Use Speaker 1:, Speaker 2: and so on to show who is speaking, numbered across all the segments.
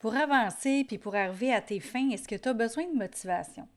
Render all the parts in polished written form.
Speaker 1: Pour avancer puis pour arriver à tes fins, est-ce que tu as besoin de motivation?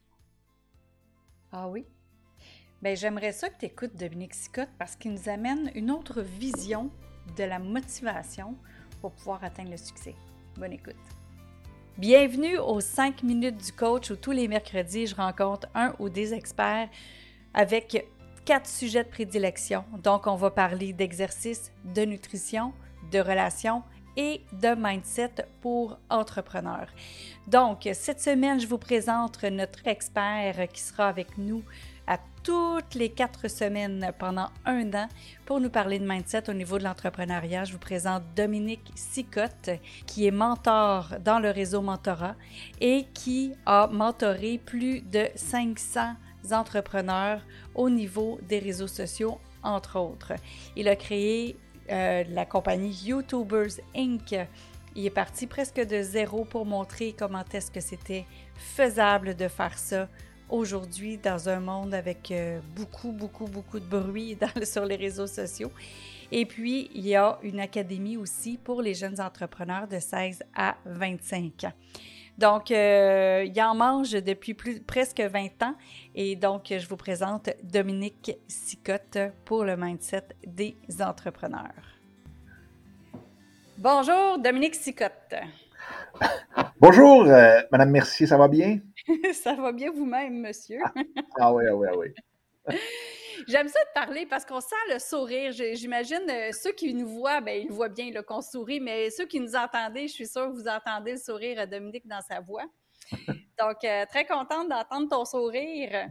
Speaker 1: Ah oui? Bien, j'aimerais ça que tu écoutes Dominique Sicotte parce qu'il nous amène une autre vision de la motivation pour pouvoir atteindre le succès. Bonne écoute. Bienvenue aux 5 minutes du coach où tous les mercredis, je rencontre un ou des experts avec 4 sujets de prédilection. Donc, on va parler d'exercice, de nutrition, de relations et de mindset pour entrepreneurs. Donc, cette semaine, je vous présente notre expert qui sera avec nous à toutes les 4 semaines pendant 1 an pour nous parler de mindset au niveau de l'entrepreneuriat. Je vous présente Dominique Sicotte, qui est mentor dans le réseau Mentorat et qui a mentoré plus de 500 entrepreneurs au niveau des réseaux sociaux, entre autres. Il a créé la compagnie YouTubers Inc. Il est parti presque de zéro pour montrer comment est-ce que c'était faisable de faire ça aujourd'hui dans un monde avec beaucoup de bruit sur les réseaux sociaux. Et puis, il y a une académie aussi pour les jeunes entrepreneurs de 16 à 25 ans. Donc, il en mange depuis presque 20 ans. Et donc, je vous présente Dominique Sicotte pour le mindset des entrepreneurs. Bonjour, Dominique Sicotte.
Speaker 2: Bonjour, Madame Mercier, ça va bien?
Speaker 1: Ça va bien vous-même, monsieur?
Speaker 2: Ah oui, ah oui, ah oui.
Speaker 1: J'aime ça de parler parce qu'on sent le sourire. J'imagine ceux qui nous voient, bien, ils voient bien là, qu'on sourit, mais ceux qui nous entendez, je suis sûre que vous entendez le sourire de Dominique dans sa voix. Donc, très contente d'entendre ton sourire.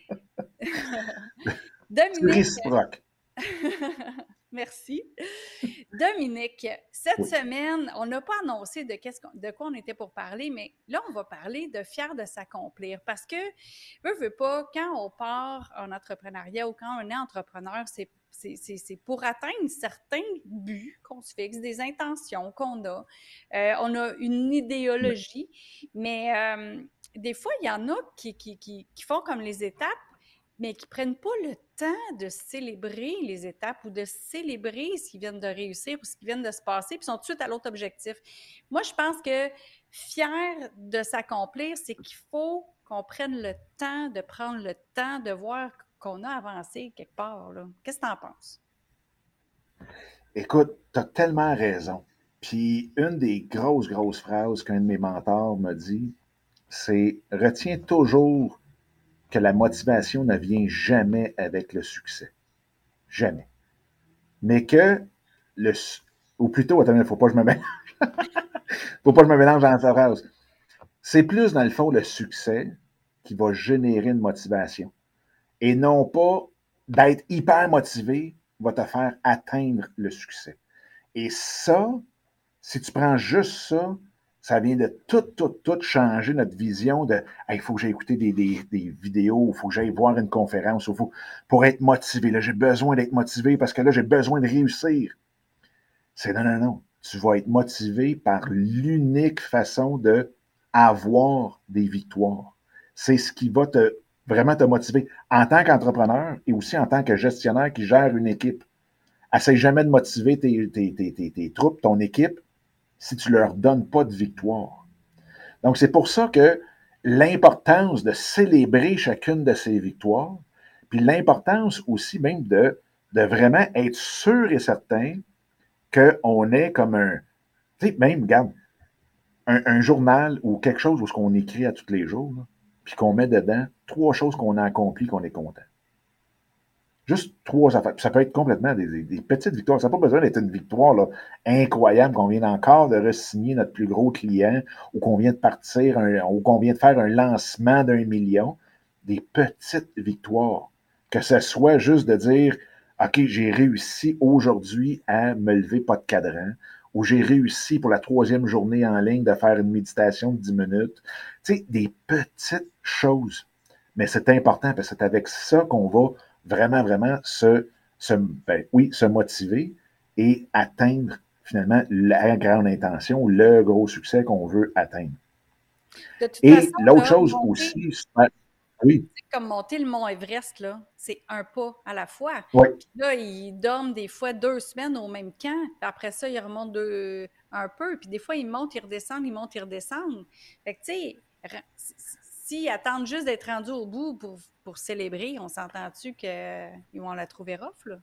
Speaker 2: C'est
Speaker 1: Dominique,
Speaker 2: réciproque.
Speaker 1: merci. Dominique, cette
Speaker 2: Oui.
Speaker 1: semaine, on n'a pas annoncé de quoi on était pour parler, mais là, on va parler de fier de s'accomplir parce que, veut pas, quand on part en entrepreneuriat ou quand on est entrepreneur, c'est pour atteindre certains buts qu'on se fixe, des intentions qu'on a. On a une idéologie, mais des fois, il y en a qui font comme les étapes, mais qui prennent pas le temps de célébrer les étapes ou de célébrer ce qu'ils viennent de réussir ou ce qui vient de se passer, puis sont tout de suite à l'autre objectif. Moi, je pense que fier de s'accomplir, c'est qu'il faut qu'on prenne le temps de prendre le temps de voir qu'on a avancé quelque part, là. Qu'est-ce que tu en penses?
Speaker 2: Écoute, tu as tellement raison. Puis une des grosses phrases qu'un de mes mentors m'a dit, c'est retiens toujours que la motivation ne vient jamais avec le succès. Jamais. Mais que le ou plutôt, attends, il ne faut pas que je me mélange. Faut pas que je me mélange dans sa phrase. C'est plus, dans le fond, le succès qui va générer une motivation. Et non pas d'être hyper motivé va te faire atteindre le succès. Et ça, si tu prends juste ça, ça vient de tout changer notre vision de il faut que j'aille écouter des vidéos, il faut que j'aille voir une conférence, pour être motivé. Là, j'ai besoin d'être motivé parce que là, j'ai besoin de réussir. C'est non. Tu vas être motivé par l'unique façon de avoir des victoires. C'est ce qui va vraiment te motiver en tant qu'entrepreneur et aussi en tant que gestionnaire qui gère une équipe. Essaye jamais de motiver tes troupes, ton équipe, si tu leur donnes pas de victoire. Donc, c'est pour ça que l'importance de célébrer chacune de ces victoires, puis l'importance aussi même de vraiment être sûr et certain qu'on est comme tu sais, même, regarde, un journal ou quelque chose où ce qu'on écrit à tous les jours, là, puis qu'on met dedans 3 choses qu'on a accomplies, qu'on est content. Juste 3 affaires. Puis ça peut être complètement des petites victoires. Ça n'a pas besoin d'être une victoire là, incroyable, qu'on vient encore de re-signer notre plus gros client ou qu'on vient de partir ou qu'on vient de faire un lancement d'1 million. Des petites victoires. Que ce soit juste de dire OK, j'ai réussi aujourd'hui à me lever pas de cadran, ou j'ai réussi pour la 3e journée en ligne de faire une méditation de 10 minutes. Tu sais, des petites choses. Mais c'est important parce que c'est avec ça qu'on va vraiment se motiver et atteindre finalement la grande intention, le gros succès qu'on veut atteindre.
Speaker 1: De toute façon,
Speaker 2: Et l'autre
Speaker 1: là,
Speaker 2: chose aussi, oui,
Speaker 1: c'est comme monter le mont Everest, là, c'est un pas à la fois.
Speaker 2: oui,
Speaker 1: Puis là, ils dorment des fois 2 semaines au même camp. Puis après ça, ils remontent un peu. Puis des fois, ils montent, ils redescendent, ils montent, ils redescendent. Fait que, tu sais, s'ils attendent juste d'être rendus au bout pour célébrer, on s'entend-tu qu'ils vont la trouver rough, là?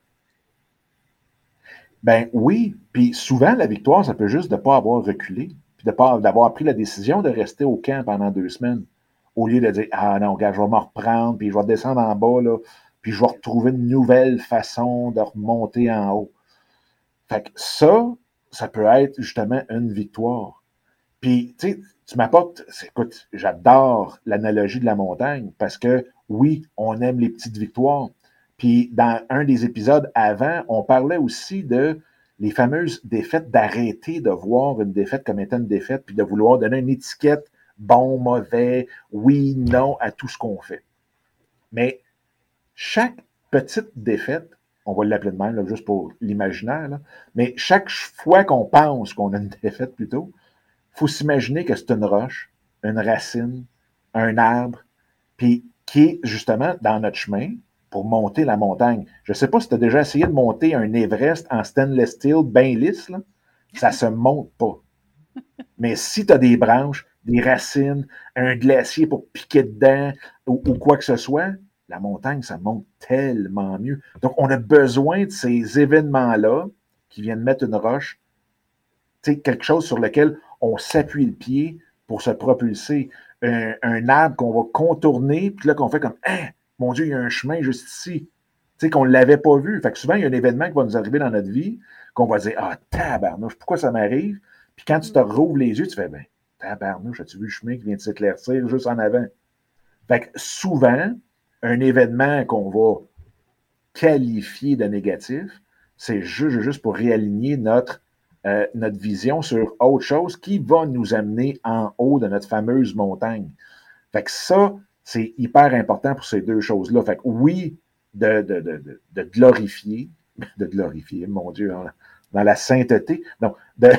Speaker 2: Ben oui, puis souvent, la victoire, ça peut juste de ne pas avoir reculé, puis d'avoir pris la décision de rester au camp pendant 2 semaines, au lieu de dire, ah non, gars, je vais me reprendre, puis je vais descendre en bas, là, puis je vais retrouver une nouvelle façon de remonter en haut. Fait que ça peut être justement une victoire. Puis, tu sais, tu m'apportes, écoute, j'adore l'analogie de la montagne parce que, oui, on aime les petites victoires. Puis, dans un des épisodes avant, on parlait aussi de les fameuses défaites, d'arrêter de voir une défaite comme étant une défaite, puis de vouloir donner une étiquette bon, mauvais, oui, non à tout ce qu'on fait. Mais chaque petite défaite, on va l'appeler de même, là, juste pour l'imaginaire, là, mais chaque fois qu'on pense qu'on a une défaite plutôt, il faut s'imaginer que c'est une roche, une racine, un arbre, puis qui est justement dans notre chemin pour monter la montagne. Je ne sais pas si tu as déjà essayé de monter un Everest en stainless steel bien lisse, là. Ça ne se monte pas. Mais si tu as des branches, des racines, un glacier pour piquer dedans ou quoi que ce soit, la montagne, ça monte tellement mieux. Donc, on a besoin de ces événements-là qui viennent mettre une roche, quelque chose sur lequel on s'appuie le pied pour se propulser. Un arbre qu'on va contourner, puis là, qu'on fait comme, hein, mon Dieu, il y a un chemin juste ici. Tu sais, qu'on ne l'avait pas vu. Fait que souvent, il y a un événement qui va nous arriver dans notre vie, qu'on va dire, ah, tabarnouche, pourquoi ça m'arrive? Puis quand tu te rouvres les yeux, tu fais, ben, tabarnouche, as-tu vu le chemin qui vient de s'éclaircir juste en avant? Fait que souvent, un événement qu'on va qualifier de négatif, c'est juste pour réaligner notre vision sur autre chose qui va nous amener en haut de notre fameuse montagne. Fait que ça, c'est hyper important pour ces deux choses-là. Fait que oui, de glorifier, mon Dieu, dans la sainteté, non,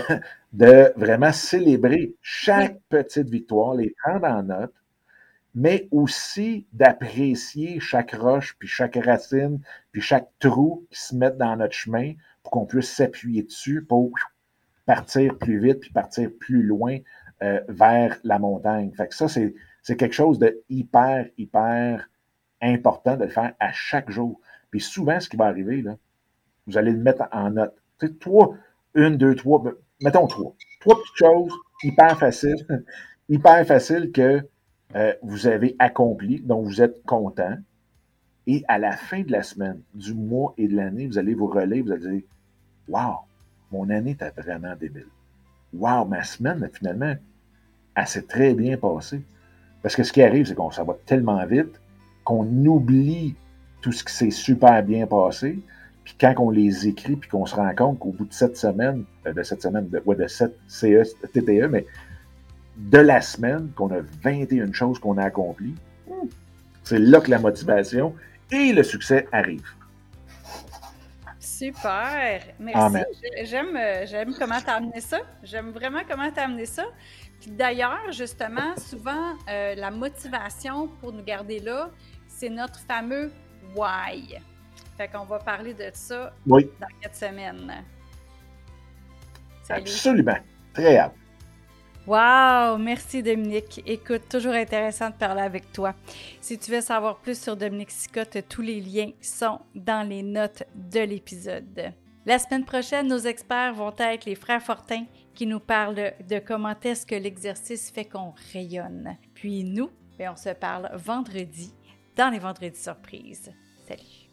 Speaker 2: de vraiment célébrer chaque petite victoire, les prendre en note, mais aussi d'apprécier chaque roche, puis chaque racine, puis chaque trou qui se met dans notre chemin pour qu'on puisse s'appuyer dessus pour partir plus vite, puis partir plus loin vers la montagne. Fait que ça, c'est quelque chose de hyper, hyper important de le faire à chaque jour. Puis souvent, ce qui va arriver, là, vous allez le mettre en note. Tu sais, une, deux, trois, mettons trois. Trois petites choses hyper faciles, hyper faciles que vous avez accompli, dont vous êtes content. Et à la fin de la semaine, du mois et de l'année, vous allez vous relayer, vous allez dire, wow, mon année était vraiment débile. Wow, ma semaine, finalement, elle s'est très bien passée. Parce que ce qui arrive, c'est qu'on ça va tellement vite qu'on oublie tout ce qui s'est super bien passé. Puis quand on les écrit, puis qu'on se rend compte qu'au bout de 7 semaines, de 7 TPE, mais de la semaine, qu'on a 21 choses qu'on a accomplies, c'est là que la motivation et le succès arrivent.
Speaker 1: Super! Merci. J'aime comment tu as amené ça. J'aime vraiment comment tu as amené ça. Puis d'ailleurs, justement, souvent, la motivation pour nous garder là, c'est notre fameux « why ». Fait qu'on va parler de ça dans 4 semaines.
Speaker 2: Salut. Absolument. Très hâte.
Speaker 1: Wow! Merci Dominique. Écoute, toujours intéressant de parler avec toi. Si tu veux savoir plus sur Dominique Sicotte, tous les liens sont dans les notes de l'épisode. La semaine prochaine, nos experts vont être les frères Fortin qui nous parlent de comment est-ce que l'exercice fait qu'on rayonne. Puis nous, on se parle vendredi dans les Vendredis Surprises. Salut!